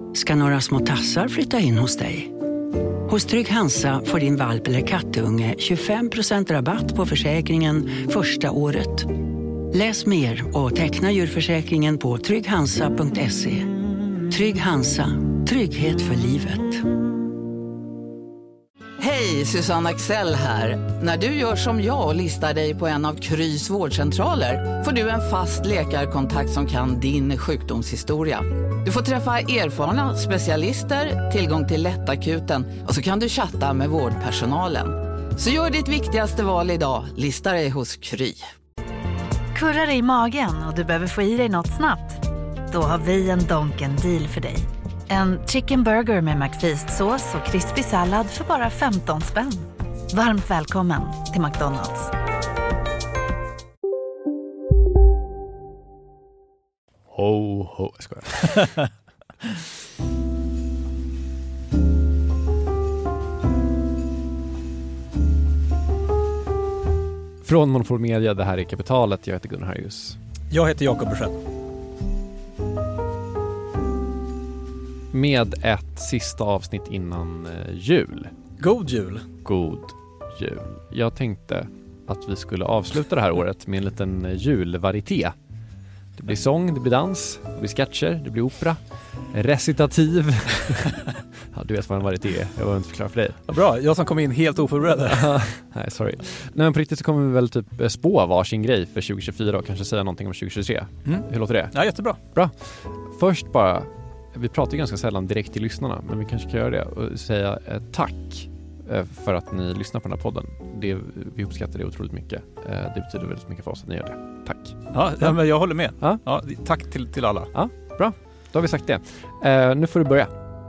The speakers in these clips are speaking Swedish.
Ska några små tassar flytta in hos dig? Hos Trygg Hansa får din valp eller kattunge 25% rabatt på försäkringen första året. Läs mer och teckna djurförsäkringen på trygghansa.se. Trygg Hansa, trygghet för livet. Hej, Susanne Axel här. När du gör som jag och listar dig på en av Krys vårdcentraler får du en fast läkarkontakt som kan din sjukdomshistoria. Du får träffa erfarna specialister, tillgång till lättakuten och så kan du chatta med vårdpersonalen. Så gör ditt viktigaste val idag, listar dig hos Kry. Kurrar dig i magen och du behöver få i dig något snabbt? Då har vi en Donken deal för dig. En chicken burger med McFeast-sås och krispig sallad för bara 15 spänn. Varmt välkommen till McDonald's. Ho, ho, jag skojar. Från Monopol Media, det här är Kapitalet. Jag heter Gunnar Harjus. Jag heter Jakob Bursell. Med ett sista avsnitt innan jul. God jul. God jul. Jag tänkte att vi skulle avsluta det här året med en liten julvarité. Det blir sång, det blir dans, det blir sketcher, det blir opera, recitativ. Ja, du vet vad en varieté är. Jag behöver inte förklara för dig. Ja, bra, jag som kom in helt oförberedd. Nej, sorry. Nej, men på riktigt så kommer vi väl typ spå varsin grej för 2024 och kanske säga någonting om 2023. Hur låter det? Ja, jättebra. Bra. Först bara, vi pratar ju ganska sällan direkt till lyssnarna, men vi kanske kan göra det och säga tack för att ni lyssnar på den här podden. Vi uppskattar det otroligt mycket. Det betyder väldigt mycket för oss att ni gör det. Tack. Ja, men jag håller med. Ja, tack till alla. Ja, bra. Då har vi sagt det. Nu får du börja.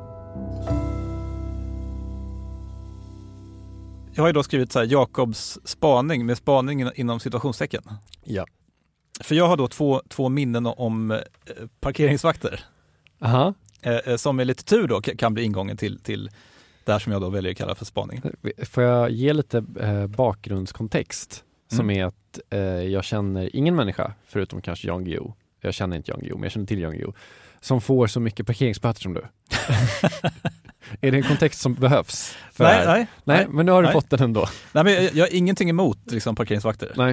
Jag har ju då skrivit så här Jakobs spaning med spaning inom situationstecken. Ja. För jag har då två minnen om parkeringsvakter. Aha. Som med lite tur då kan bli ingången till det här som jag då väljer att kalla för spaning. Får jag ge lite bakgrundskontext som är att jag känner ingen människa förutom kanske Jan Guillou. Jag känner inte Jan Guillou, men jag känner till Jan Guillou som får så mycket parkeringsböter som du. Är det en kontext som behövs? Nej, men nu har du fått den ändå. Nej, men jag har ingenting emot liksom, parkeringsvakter. Nej.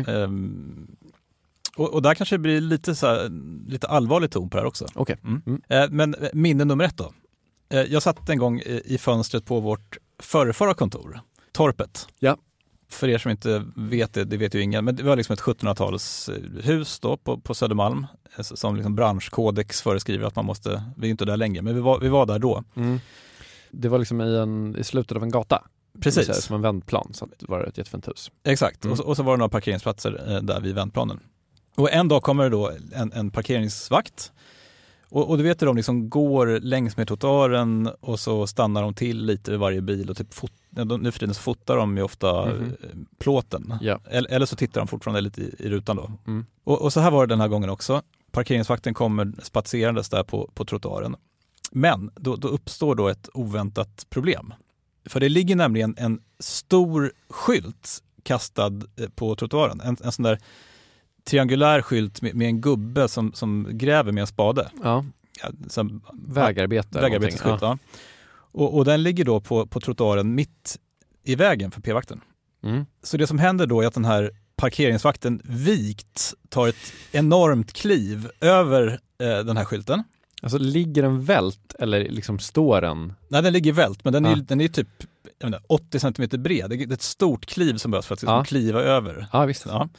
Och där kanske det blir lite allvarlig ton på det här också. Okay. Men minne nummer 1 då. Jag satt en gång i fönstret på vårt förrförra kontor, Torpet. Ja. För er som inte vet det vet ju ingen, men det var liksom ett 1700-talshus då på Södermalm som liksom branschkodex föreskriver att man måste, vi är inte där längre, men vi var där då. Det var liksom i slutet av en gata. Precis. Som en vändplan, så att det var ett jättefint hus. Exakt, och så var det några parkeringsplatser där vid vändplanen. Och en dag kommer det då en parkeringsvakt. Och du vet att de liksom går längs med trottoaren och så stannar de till lite vid varje bil och typ nu för tiden så fotar de ju ofta plåten. Yeah. Eller så tittar de fortfarande lite i rutan då. Och så här var det den här gången också. Parkeringsvakten kommer spatserandes där på trottoaren. Men då uppstår då ett oväntat problem. För det ligger nämligen en stor skylt kastad på trottoaren. En sån där triangulär skylt med en gubbe som gräver med en spade. Ja. Vägarbetesskylt, ja. Och den ligger då på trottoaren mitt i vägen för p-vakten. Så det som händer då är att den här parkeringsvakten vikt tar ett enormt kliv över den här skylten. Alltså ligger den vält eller liksom står den? Nej, den ligger vält, men den är typ 80 cm bred. Det är ett stort kliv som behövs för att liksom kliva över. Ja, visst. Ja.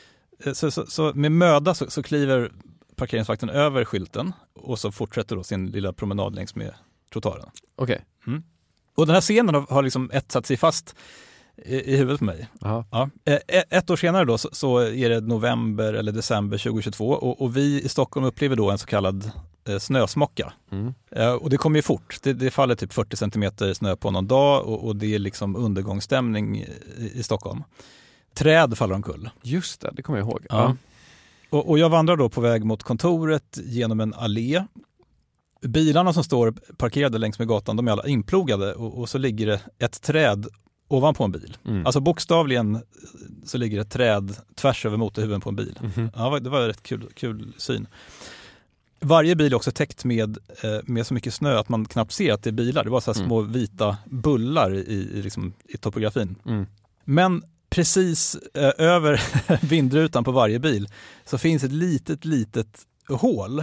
Så med möda så kliver parkeringsvakten över skylten och så fortsätter då sin lilla promenad längs med trottoaren. Okej. Och den här scenen har liksom satt sig fast i huvudet på mig. Ja. Ett år senare då så är det november eller december 2022 och vi i Stockholm upplever då en så kallad snösmocka. Och det kommer ju fort. Det faller typ 40 centimeter snö på någon dag och det är liksom undergångsstämning i Stockholm. Träd faller omkull. Just det kommer jag ihåg. Ja. Och jag vandrar då på väg mot kontoret genom en allé. Bilarna som står parkerade längs med gatan, de är alla inplogade och så ligger det ett träd ovanpå en bil. Alltså bokstavligen så ligger ett träd tvärs över motorhuven på en bil. Ja, det var en rätt kul syn. Varje bil är också täckt med så mycket snö att man knappt ser att det är bilar. Det var så här små vita bullar i topografin. Men precis över vindrutan på varje bil så finns ett litet hål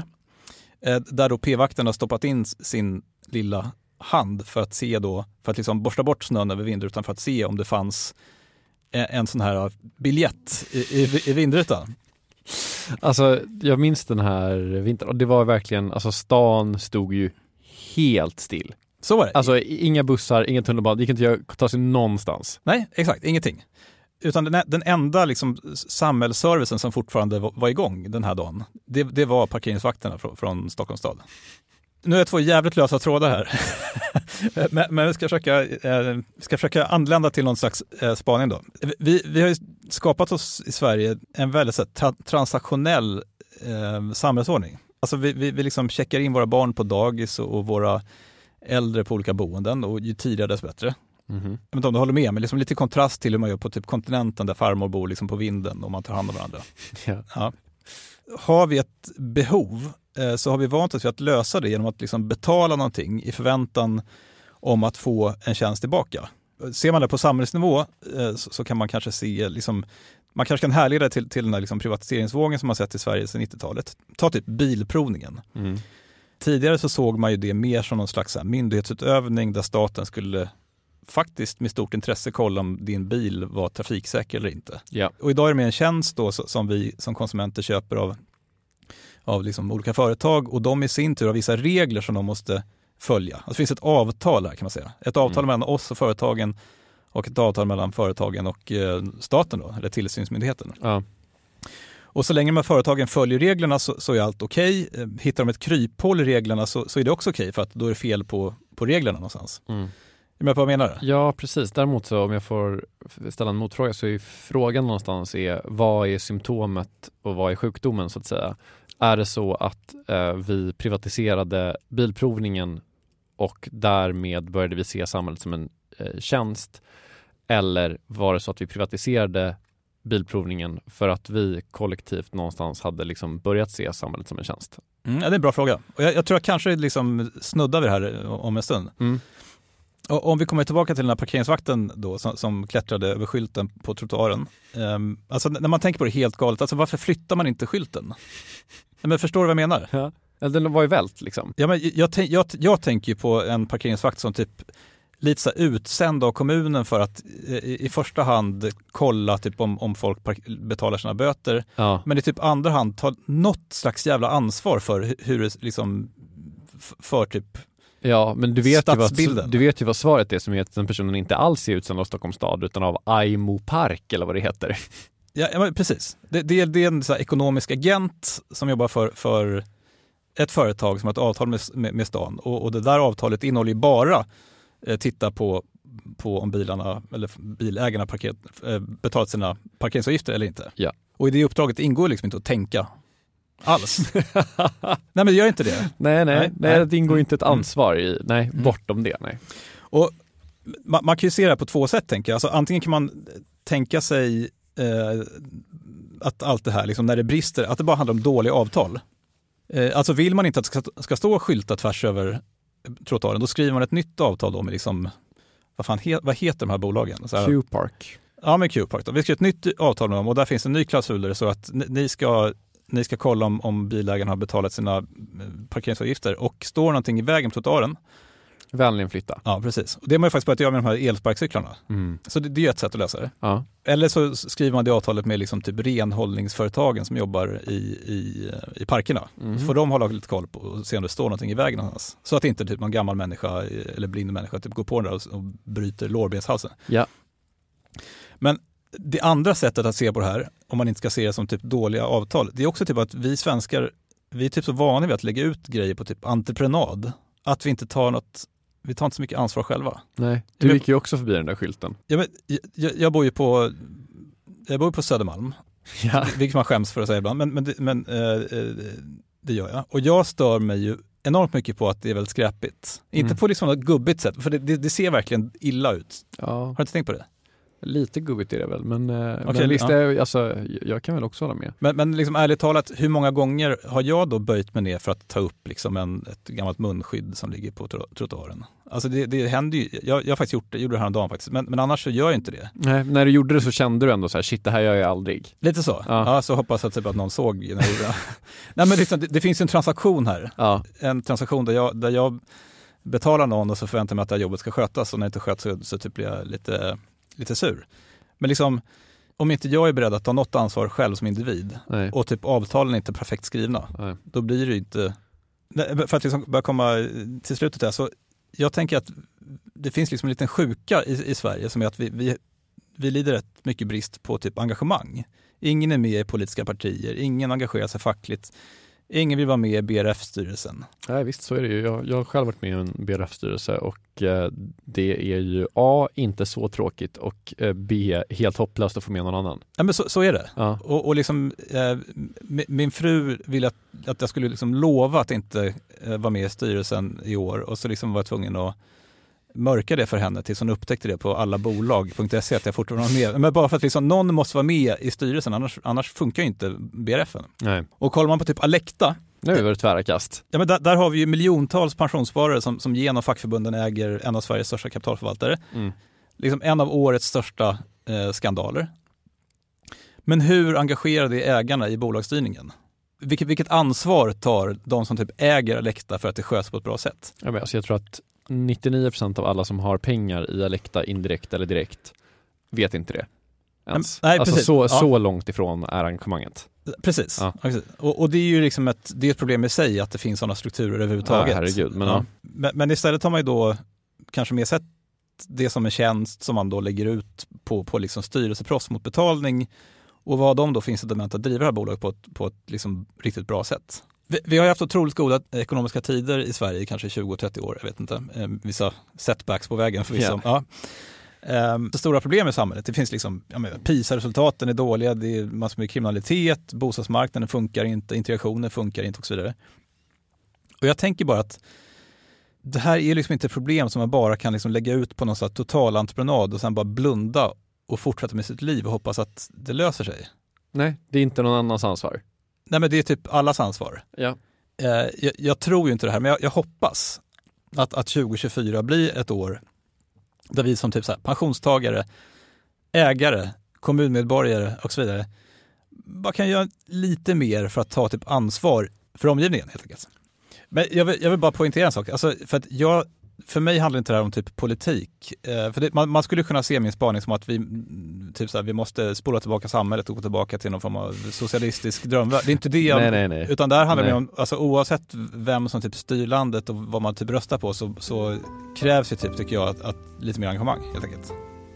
där då p-vakten har stoppat in sin lilla hand för att liksom borsta bort snön över vindrutan för att se om det fanns en sån här biljett i vindrutan. Alltså jag minns den här vintern och det var verkligen, alltså stan stod ju helt still. Så var det. Alltså inga bussar, inga tunnelbanor, det gick inte att ta sig någonstans. Nej, exakt, ingenting. Utan den enda liksom samhällsservicen som fortfarande var igång den här dagen, det var parkeringsvakterna från Stockholms stad. Nu är det 2 jävligt lösa trådar här. men vi ska försöka anlända till någon slags spaning då. Vi har ju skapat oss i Sverige en väldigt transaktionell samhällsordning. Alltså vi liksom checkar in våra barn på dagis och våra äldre på olika boenden och ju tidigare dess bättre. Jag vet inte om du håller med, men liksom lite kontrast till hur man gör på typ kontinenten där farmor bor liksom på vinden och man tar hand om varandra. Ja. Har vi ett behov så har vi vant oss vid att lösa det genom att liksom betala någonting i förväntan om att få en tjänst tillbaka. Ser man det på samhällsnivå så kan man kanske se, liksom, man kanske kan härleda till den här liksom privatiseringsvågen som man sett i Sverige sedan 90-talet. Ta typ bilprovningen. Tidigare så såg man ju det mer som någon slags myndighetsutövning där staten skulle faktiskt med stort intresse kolla om din bil var trafiksäker eller inte. Ja. Och idag är det mer en tjänst då som vi som konsumenter köper av liksom olika företag och de i sin tur har vissa regler som de måste följa. Alltså det finns ett avtal här kan man säga. Ett avtal mellan oss och företagen och ett avtal mellan företagen och staten då, eller tillsynsmyndigheten. Ja. Och så länge de här företagen följer reglerna så är allt okej. Hittar de ett kryphål i reglerna så är det också okej för att då är det fel på reglerna någonstans. Är med på vad jag menar? Ja, precis. Däremot så om jag får ställa en motfråga så är frågan någonstans vad är symptomet och vad är sjukdomen så att säga? Är det så att vi privatiserade bilprovningen och därmed började vi se samhället som en tjänst? Eller var det så att vi privatiserade bilprovningen för att vi kollektivt någonstans hade liksom börjat se samhället som en tjänst? Ja, det är en bra fråga. Och jag tror att kanske liksom snuddar vi det här om en stund. Och om vi kommer tillbaka till den här parkeringsvakten då, som klättrade över skylten på trottoaren. Alltså när man tänker på det helt galet, alltså varför flyttar man inte skylten? Men förstår du vad jag menar? Ja. Eller den var ju vält liksom. Ja, men jag tänker ju på en parkeringsvakt som typ lite så utsänd av kommunen för att i första hand kolla typ om folk betalar sina böter. Ja. Men i typ andra hand ta något slags jävla ansvar för hur det liksom för typ. Ja, men du vet ju vad svaret är som är att den personen inte alls är utsänd av Stockholms stad utan av Aimo Park eller vad det heter. Ja men precis. Det är en så här ekonomisk agent som jobbar för ett företag som har ett avtal med stan. Och det där avtalet innehåller ju bara titta på om bilarna eller bilägarna betalat sina parkeringsavgifter eller inte. Ja. Och i det uppdraget ingår liksom inte att tänka alls. Nej, men det gör inte det. Nej, det ingår inte ett ansvar i, bortom det, nej. Och man kan ju se det här på 2 sätt, tänker jag. Alltså, antingen kan man tänka sig att allt det här, liksom, när det brister, att det bara handlar om dåliga avtal. Alltså vill man inte att det ska stå skyltat tvärs över trottoaren, då skriver man ett nytt avtal då med liksom, vad heter de här bolagen? Q-Park. Ja, med Q-Park då. Vi skriver ett nytt avtal med dem och där finns en ny klausul där så att ni ska kolla om bilägarna har betalat sina parkeringsavgifter och står någonting i vägen på trottoaren. Vänligen flytta. Ja, precis. Och det har man ju faktiskt börjat göra med de här elsparkcyklarna. Så det är ett sätt att lösa det. Ja. Eller så skriver man det avtalet med liksom typ renhållningsföretagen som jobbar i parkerna. Så får de hålla lite koll på och se om det står någonting i vägen någonstans. Så att inte typ någon gammal människa eller blind människa typ går på den där och bryter lårbenshalsen. Ja. Men det andra sättet att se på det här, om man inte ska se det som typ dåliga avtal, det är också typ att vi svenskar, vi är typ så vana vid att lägga ut grejer på typ entreprenad. Att vi inte tar vi tar inte så mycket ansvar själva. Nej, du gick ju också förbi den där skylten. Ja, men jag bor ju på Södermalm. Ja. Vilket man skäms för att säga ibland. Men det gör jag. Och jag stör mig ju enormt mycket på att det är väldigt skräpigt. Inte på liksom något gubbigt sätt, för det ser verkligen illa ut. Ja. Har du inte tänkt på det? Lite gubbigt är det väl, men visst, jag kan väl också hålla med. Men liksom ärligt talat, hur många gånger har jag då böjt mig ner för att ta upp liksom ett gammalt munskydd som ligger på trottoaren? Alltså det händer ju, jag har faktiskt gjorde det häromdagen faktiskt, men annars så gör jag inte det. Nej, när du gjorde det så kände du ändå så här, shit, det här gör jag aldrig. Lite så. Ja, så hoppas jag typ att någon såg när jag gjorde det. Nej, men liksom, det finns en transaktion här. Ja. En transaktion där jag betalar någon och så förväntar jag mig att det här jobbet ska skötas, och när det inte sköts så typ blir jag lite sur. Men liksom, om inte jag är beredd att ta något ansvar själv som individ, och typ avtalen inte är perfekt skrivna, då blir det inte... För att liksom börja komma till slutet där, så jag tänker att det finns liksom en liten sjuka i Sverige som är att vi lider rätt mycket brist på typ engagemang. Ingen är med i politiska partier, ingen engagerar sig fackligt, ingen vill vara med i BRF-styrelsen. Nej, visst, så är det ju. Jag har själv varit med i en BRF-styrelse, och det är ju A, inte så tråkigt, och B, helt hopplöst att få med någon annan. Ja, men så är det. Ja. Och liksom, min fru ville att jag skulle liksom lova att inte vara med i styrelsen i år, och så liksom var jag tvungen att mörka det för henne tills hon upptäckte det på allabolag.se att jag fortfarande var med. Men bara för att liksom någon måste vara med i styrelsen, annars funkar ju inte BRF:en. Nej. Och kollar man på typ Alecta, nu är det tvära kast. Ja, men där har vi ju miljontals pensionssparare som genom fackförbunden äger en av Sveriges största kapitalförvaltare. Liksom en av årets största skandaler. Men hur engagerade är ägarna i bolagsstyrningen? Vilket ansvar tar de som typ äger Alecta för att det sköts på ett bra sätt? Ja, men alltså jag tror att 99% av alla som har pengar i Alecta indirekt eller direkt vet inte det ens. Nej, alltså så långt ifrån är engagemanget. Precis. Ja. Och det är ju liksom ett problem i sig att det finns sådana strukturer överhuvudtaget. Ja, herregud. Men istället har man ju då kanske mer sett det som en tjänst som man då lägger ut på liksom styrelseproffs mot betalning, och vad de då finns incitament att driva det här bolaget på ett liksom riktigt bra sätt. Vi har haft otroligt goda ekonomiska tider i Sverige, kanske 20-30 år, jag vet inte. Vissa setbacks på vägen förvisso. Yeah. Ja. Det stora problem i samhället, det finns liksom, PISA-resultaten är dåliga, det är massor med kriminalitet, bostadsmarknaden funkar inte, integrationen funkar inte och så vidare. Och jag tänker bara att det här är liksom inte ett problem som man bara kan liksom lägga ut på någon sån total entreprenad och sen bara blunda och fortsätta med sitt liv och hoppas att det löser sig. Nej, det är inte någon annans ansvar. Nej, men det är typ allas ansvar. Ja. Jag tror ju inte det här, men jag hoppas att 2024 blir ett år där vi som typ så här pensionstagare, ägare, kommunmedborgare och så vidare bara kan göra lite mer för att ta typ ansvar för omgivningen helt enkelt. Men jag vill bara poängtera en sak. Alltså, för mig handlar inte det här om typ politik. För man skulle kunna se min spaning som att vi måste spola tillbaka samhället och gå tillbaka till någon form av socialistisk drömvärld. Det är inte det nej. Utan där handlar det om, alltså, oavsett vem som typ styr landet och vad man typ röstar på, så krävs det typ, tycker jag, att lite mer engagemang helt enkelt.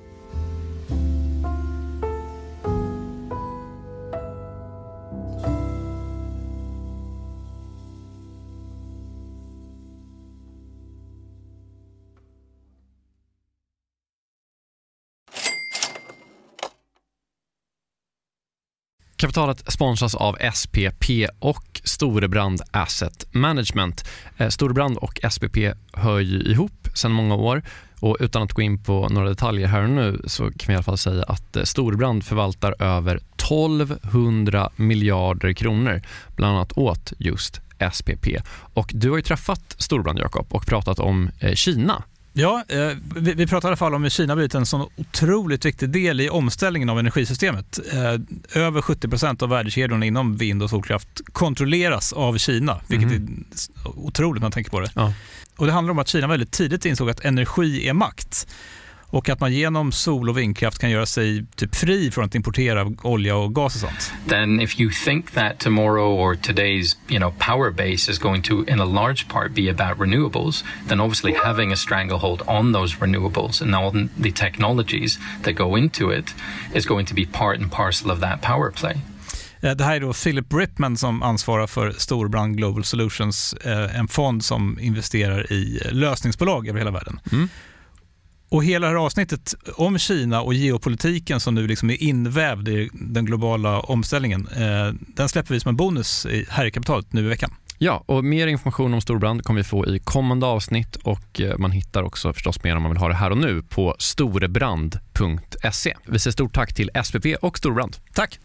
Kapitalet sponsras av SPP och Storebrand Asset Management. Storebrand och SPP hör ju ihop sedan många år, och utan att gå in på några detaljer här och nu så kan vi i alla fall säga att Storebrand förvaltar över 1200 miljarder kronor, bland annat åt just SPP. Och du har ju träffat Storebrand, Jakob, och pratat om Kina. Ja, vi pratar i alla fall om hur Kina blivit en sån otroligt viktig del i omställningen av energisystemet. Över 70% av värdekedjorna inom vind- och solkraft kontrolleras av Kina, vilket är otroligt när man tänker på det. Ja. Och det handlar om att Kina väldigt tidigt insåg att energi är makt. Och att man genom sol- och vindkraft kan göra sig typ fri från att importera olja och gas och sånt. Then if you think that tomorrow or today's, power base is going to in a large part be about renewables, then obviously having a stranglehold on those renewables and all the technologies that go into it is going to be part and parcel of that power play. Det här är då Philip Ripman som ansvarar för Storebrand Global Solutions, en fond som investerar i lösningsbolag över hela världen. Och hela det här avsnittet om Kina och geopolitiken som nu liksom är invävd i den globala omställningen, den släpper vi som en bonus här i Kapitalet nu i veckan. Ja, och mer information om Storbrand kommer vi få i kommande avsnitt och man hittar också förstås mer om man vill ha det här och nu på storebrand.se. Vi säger stort tack till SPP och Storbrand. Tack!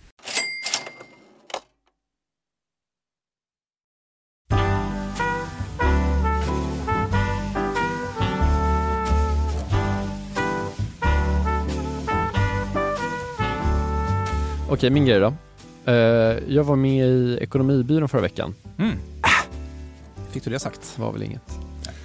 Okej, min grej då. Jag var med i Ekonomibyrån förra veckan. Fick du det sagt? Det var väl inget.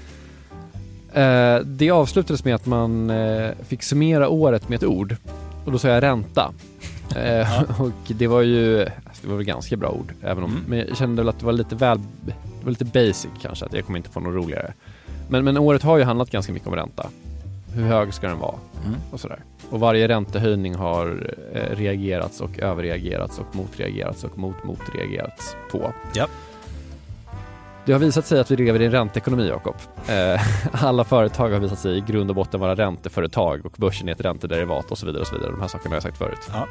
Det avslutades med att man fick summera året med ett ord. Och då sa jag ränta. Och det var väl ganska bra ord. Även om, men jag kände väl att det var lite basic kanske. Att jag kommer inte på något roligare. Men året har ju handlat ganska mycket om ränta. Hur hög ska den vara? Och sådär. Och varje räntehöjning har reagerats och överreagerats och motreagerats och motreagerats på. Ja. Det har visat sig att vi lever i en ränteekonomi, Jakob. Alla företag har visat sig i grund och botten vara ränteföretag och börsen är ett räntederivat och så vidare och så vidare. De här sakerna har jag sagt förut. Ja.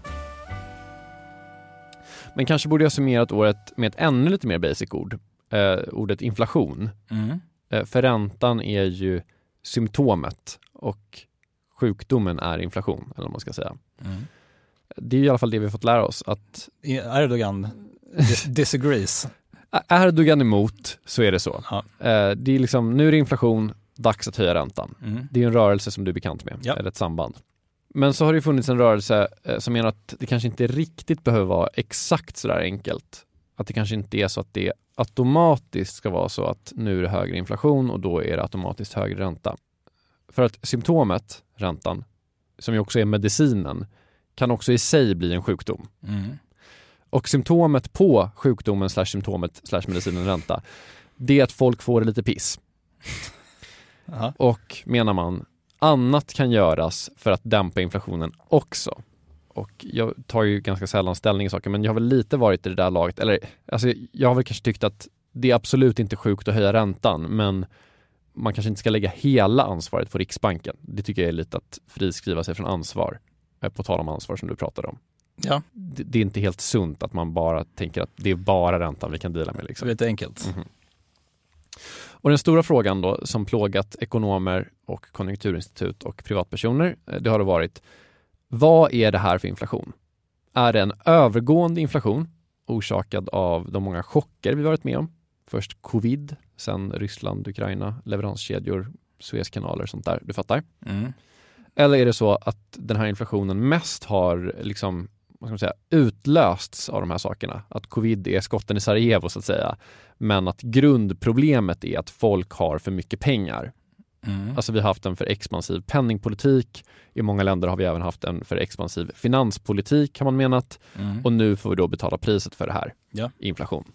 Men kanske borde jag summerat året med ett ännu lite mer basic ord. Ordet inflation. För räntan är ju symptomet och sjukdomen är inflation, eller vad man ska säga. Det är ju i alla fall det vi har fått lära oss. Att Erdogan disagrees. Erdogan emot, så är det så. Ja. Det är liksom, nu är det inflation, dags att höja räntan. Det är en rörelse som du är bekant med, eller ett samband. Men så har det funnits en rörelse som menar att det kanske inte riktigt behöver vara exakt så där enkelt. Att det kanske inte är så att det automatiskt ska vara så att nu är det högre inflation och då är det automatiskt högre ränta. För att symptomet, räntan, som ju också är medicinen, kan också i sig bli en sjukdom. Och symptomet på sjukdomen / medicinen ränta, det är att folk får lite piss. Och menar man, annat kan göras för att dämpa inflationen också. Och jag tar ju ganska sällan ställning i saker, men jag har väl lite varit i det där laget. Eller, alltså, jag har väl kanske tyckt att det är absolut inte sjukt att höja räntan, men man kanske inte ska lägga hela ansvaret på Riksbanken. Det tycker jag är lite att friskriva sig från ansvar. På tal om ansvar som du pratade om. Ja. Det är inte helt sunt att man bara tänker att det är bara räntan vi kan dela med. Liksom. Det är lite enkelt. Och den stora frågan då som plågat ekonomer och konjunkturinstitut och privatpersoner, det har det varit: vad är det här för inflation? Är det en övergående inflation orsakad av de många chocker vi varit med om? Först covid, sen Ryssland, Ukraina, leveranskedjor, Suezkanaler, sånt där. Du fattar? Eller är det så att den här inflationen mest har liksom, vad ska man säga, utlösts av de här sakerna? Att covid är skotten i Sarajevo så att säga. Men att grundproblemet är att folk har för mycket pengar. Alltså vi har haft en för expansiv penningpolitik. I många länder har vi även haft en för expansiv finanspolitik, har man menat. Och nu får vi då betala priset för det här. Inflation.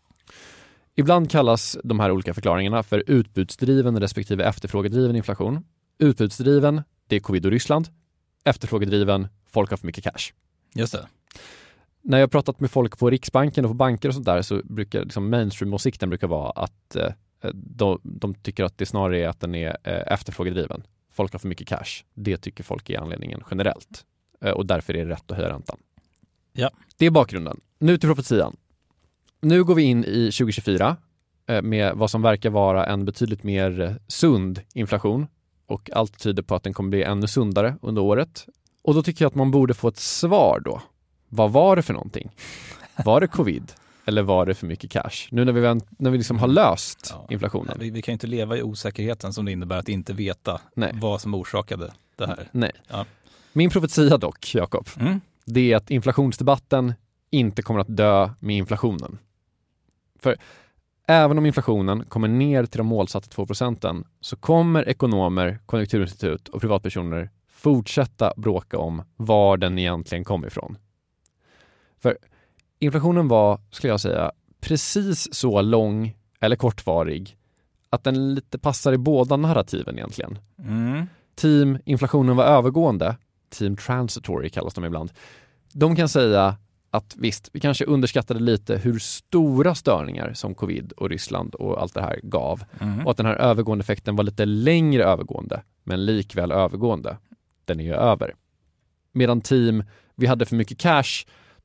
Ibland kallas de här olika förklaringarna för utbudsdriven respektive efterfrågedriven inflation. Utbudsdriven, det är covid och Ryssland. Efterfrågedriven, folk har för mycket cash. Just det. När jag har pratat med folk på Riksbanken och på banker och sånt där, så brukar liksom mainstream-åsikten brukar vara att de tycker att det snarare är att den är efterfrågedriven. Folk har för mycket cash. Det tycker folk är anledningen generellt. Och därför är det rätt att höja räntan. Ja. Det är bakgrunden. Nu till profetian. Nu går vi in i 2024 med vad som verkar vara en betydligt mer sund inflation. Och allt tyder på att den kommer bli ännu sundare under året. Och då tycker jag att man borde få ett svar då. Vad var det för någonting? Var det covid? Eller var det för mycket cash? Nu när vi liksom har löst inflationen. Vi kan ju inte leva i osäkerheten som det innebär att inte veta vad som orsakade det här. Nej. Ja. Min profetia dock, Jakob, det är att inflationsdebatten inte kommer att dö med inflationen. För även om inflationen kommer ner till de målsatta 2% så kommer ekonomer, konjunkturinstitut och privatpersoner fortsätta bråka om var den egentligen kom ifrån. För inflationen var, skulle jag säga, precis så lång eller kortvarig att den lite passar i båda narrativen egentligen. Team inflationen var övergående, team transitory kallas de ibland. De kan säga att visst, vi kanske underskattade lite hur stora störningar som covid och Ryssland och allt det här gav. Och att den här övergående effekten var lite längre övergående, men likväl övergående. Den är ju över. Medan team, vi hade för mycket cash,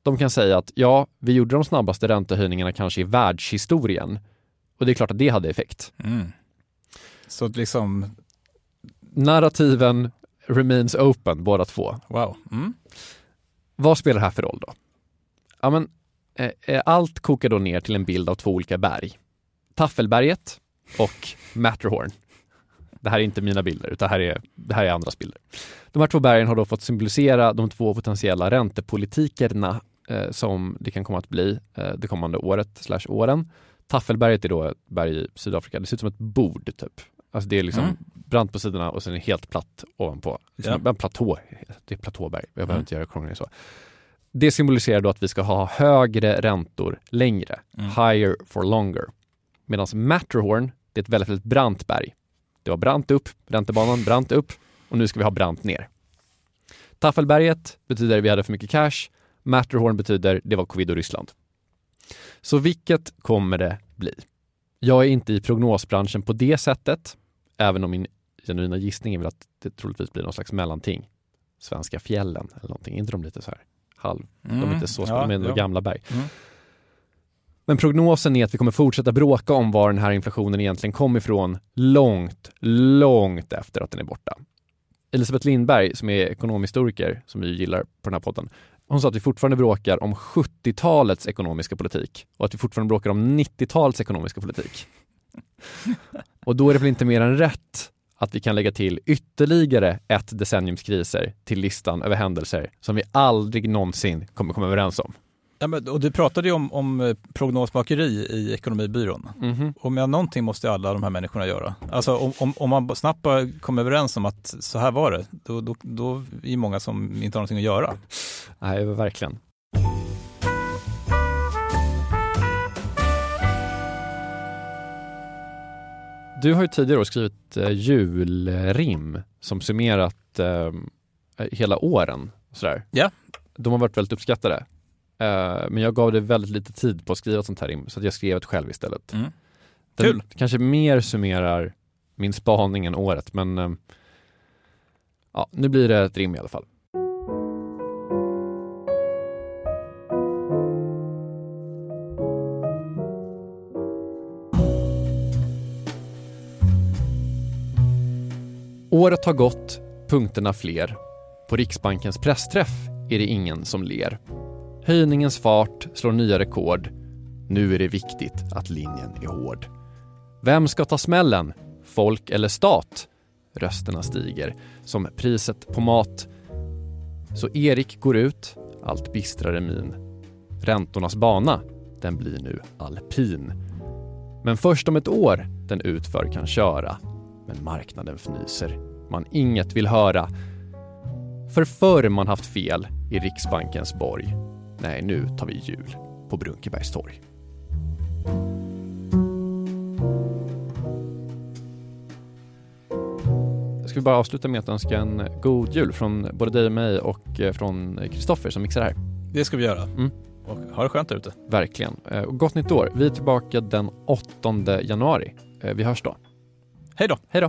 De kan säga att ja, vi gjorde de snabbaste räntehöjningarna kanske i världshistorien. Och det är klart att det hade effekt. Så liksom... Narrativen remains open, båda två. Wow. Vad spelar det här för roll då? Ja, men, allt kokar då ner till en bild av 2 olika berg. Taffelberget och Matterhorn. Det här är inte mina bilder, utan det här är andras bilder. De här 2 bergen har då fått symbolisera de 2 potentiella räntepolitikerna som det kan komma att bli det kommande året/åren. Taffelberget är då ett berg i Sydafrika. Det ser ut som ett bord typ. Alltså det är liksom brant på sidorna och sen är det helt platt ovanpå. En platå. Det är platåberg. Jag behöver inte göra krångligare så. Det symboliserar då att vi ska ha högre räntor längre. Higher for longer. Medan Matterhorn, det är ett väldigt, väldigt brant berg. Det var brant upp, räntebanan brant upp och nu ska vi ha brant ner. Taffelberget betyder vi hade för mycket cash. Matterhorn betyder det var covid och Ryssland. Så vilket kommer det bli? Jag är inte i prognosbranschen på det sättet. Även om min genuina gissning är väl att det troligtvis blir någon slags mellanting. Svenska fjällen eller någonting. Inte de lite så här de är inte så små, men gamla berg. Men prognosen är att vi kommer fortsätta bråka om var den här inflationen egentligen kom ifrån långt efter att den är borta. Elisabeth Lindberg, som är ekonomhistoriker, som vi gillar på den här podden, hon sa att vi fortfarande bråkar om 70-talets ekonomiska politik och att vi fortfarande bråkar om 90-talets ekonomiska politik. Och då är det väl inte mer än rätt att vi kan lägga till ytterligare ett decenniums kriser till listan över händelser som vi aldrig någonsin kommer komma överens om. Ja, men, och du pratade ju om prognosmakeri i Ekonomibyrån. Om jag någonting måste alla de här människorna göra. Alltså om man snabbt kommer överens om att så här var det, då är det många som inte har någonting att göra. Nej, verkligen. Du har ju tidigare skrivit julrim som summerat hela åren. Sådär. Ja. De har varit väldigt uppskattade. Men jag gav det väldigt lite tid på att skriva ett sånt här rim, så att jag skrev ett själv istället. Kul. Kanske mer summerar min spaning än året, men ja, nu blir det ett rim i alla fall. Året har gått, punkterna fler. På Riksbankens pressträff är det ingen som ler. Höjningens fart slår nya rekord. Nu är det viktigt att linjen är hård. Vem ska ta smällen? Folk eller stat? Rösterna stiger som priset på mat. Så Erik går ut, allt bistrare min. Räntornas bana, den blir nu alpin. Men först om ett år den utför kan köra. Men marknaden fnyser. Man inget vill höra. För förr man haft fel i Riksbankens borg. Nej, nu tar vi jul på Brunkebergs torg. Jag ska bara avsluta med att önska en god jul från både dig och mig och från Kristoffer som mixar här. Det ska vi göra. Och ha det skönt där ute. Verkligen. Och gott nytt år. Vi är tillbaka den 8 januari. Vi hörs då. Hej då. Hej då.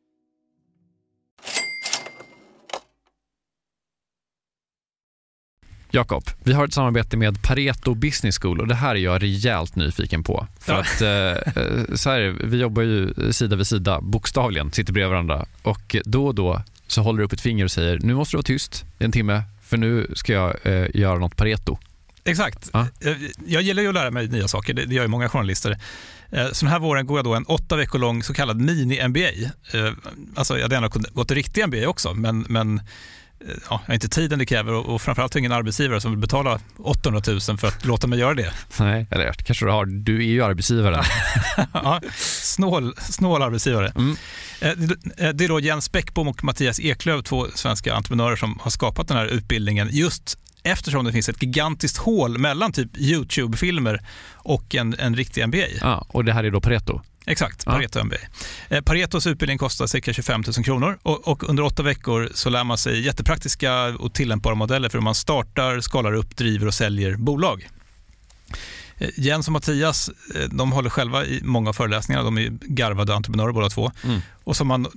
Jakob, vi har ett samarbete med Pareto Business School och det här är jag rejält nyfiken på. För att så här, vi jobbar ju sida vid sida, bokstavligen, sitter bredvid varandra. Och då så håller du upp ett finger och säger, nu måste du vara tyst en timme för nu ska jag göra något Pareto. Exakt. Ja. Jag gillar ju att lära mig nya saker, det gör ju många journalister. Så den här våren går jag då en 8 veckor lång så kallad mini-MBA. Alltså jag hade gärna gått en riktig MBA också, men jag har inte tiden det kräver och framförallt ingen arbetsgivare som vill betala 800 000 för att låta mig göra det. Nej, eller kanske du har. Du är ju arbetsgivare. Ja, snål arbetsgivare. Det är då Jens Bäckbom och Mattias Eklöf, 2 svenska entreprenörer som har skapat den här utbildningen just eftersom det finns ett gigantiskt hål mellan typ YouTube-filmer och en riktig MBA. Ja, och det här är då Pareto? Exakt, Pareto MBA. Paretos utbildning kostar cirka 25 000 kronor och under 8 veckor så lär man sig jättepraktiska och tillämpbara modeller för hur man startar, skalar upp, driver och säljer bolag. Jens och Mattias, de håller själva i många föreläsningar, de är garvade entreprenörer båda 2. Och som man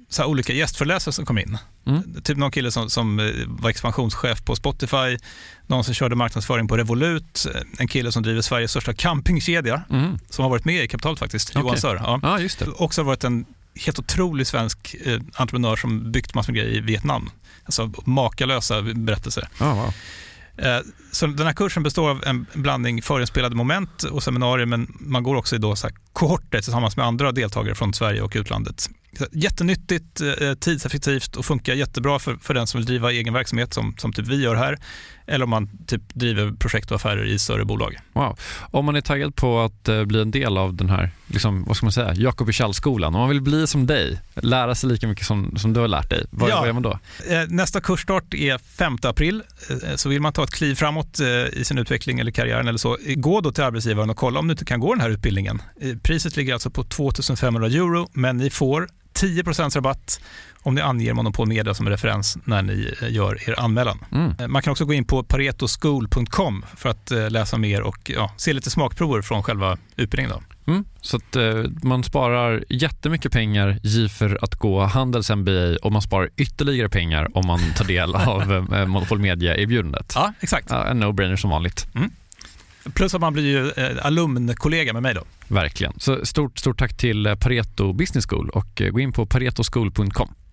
så här olika gästföreläsare som kom in. Typ någon kille som var expansionschef på Spotify, någon som körde marknadsföring på Revolut, en kille som driver Sveriges största campingkedja som har varit med i kapitalet faktiskt, Johan Sör. Ja, just det. Också har varit en helt otrolig svensk entreprenör som byggt massor med grejer i Vietnam. Alltså makalösa berättelser. Wow. Så den här kursen består av en blandning förinspelade moment och seminarier, men man går också i då så här kohorter tillsammans med andra deltagare från Sverige och utlandet. Jättenyttigt, tidseffektivt och funkar jättebra för den som vill driva egen verksamhet som typ vi gör här, eller om man typ driver projekt och affärer i större bolag. Wow. Om man är taggad på att bli en del av den här, liksom, vad ska man säga, Jakob Wichall-skolan, om man vill bli som dig, lära sig lika mycket som du har lärt dig, vad gör man då? Nästa kursstart är 5 april, så vill man ta ett kliv framåt i sin utveckling eller karriären eller så, gå då till arbetsgivaren och kolla om du inte kan gå den här utbildningen. Priset ligger alltså på 2500 euro, men ni får 10% rabatt om ni anger Monopol Media som referens när ni gör er anmälan. Man kan också gå in på paretoschool.com för att läsa mer och se lite smakprover från själva utbildningen då. Så att man sparar jättemycket pengar för att gå Handels MBA, och man sparar ytterligare pengar om man tar del av Monopol Media-erbjudandet. Ja, exakt. En no-brainer som vanligt. Plus att man blir ju alumnkollega med mig då. Verkligen. Så stort tack till Pareto Business School, och gå in på paretoschool.com.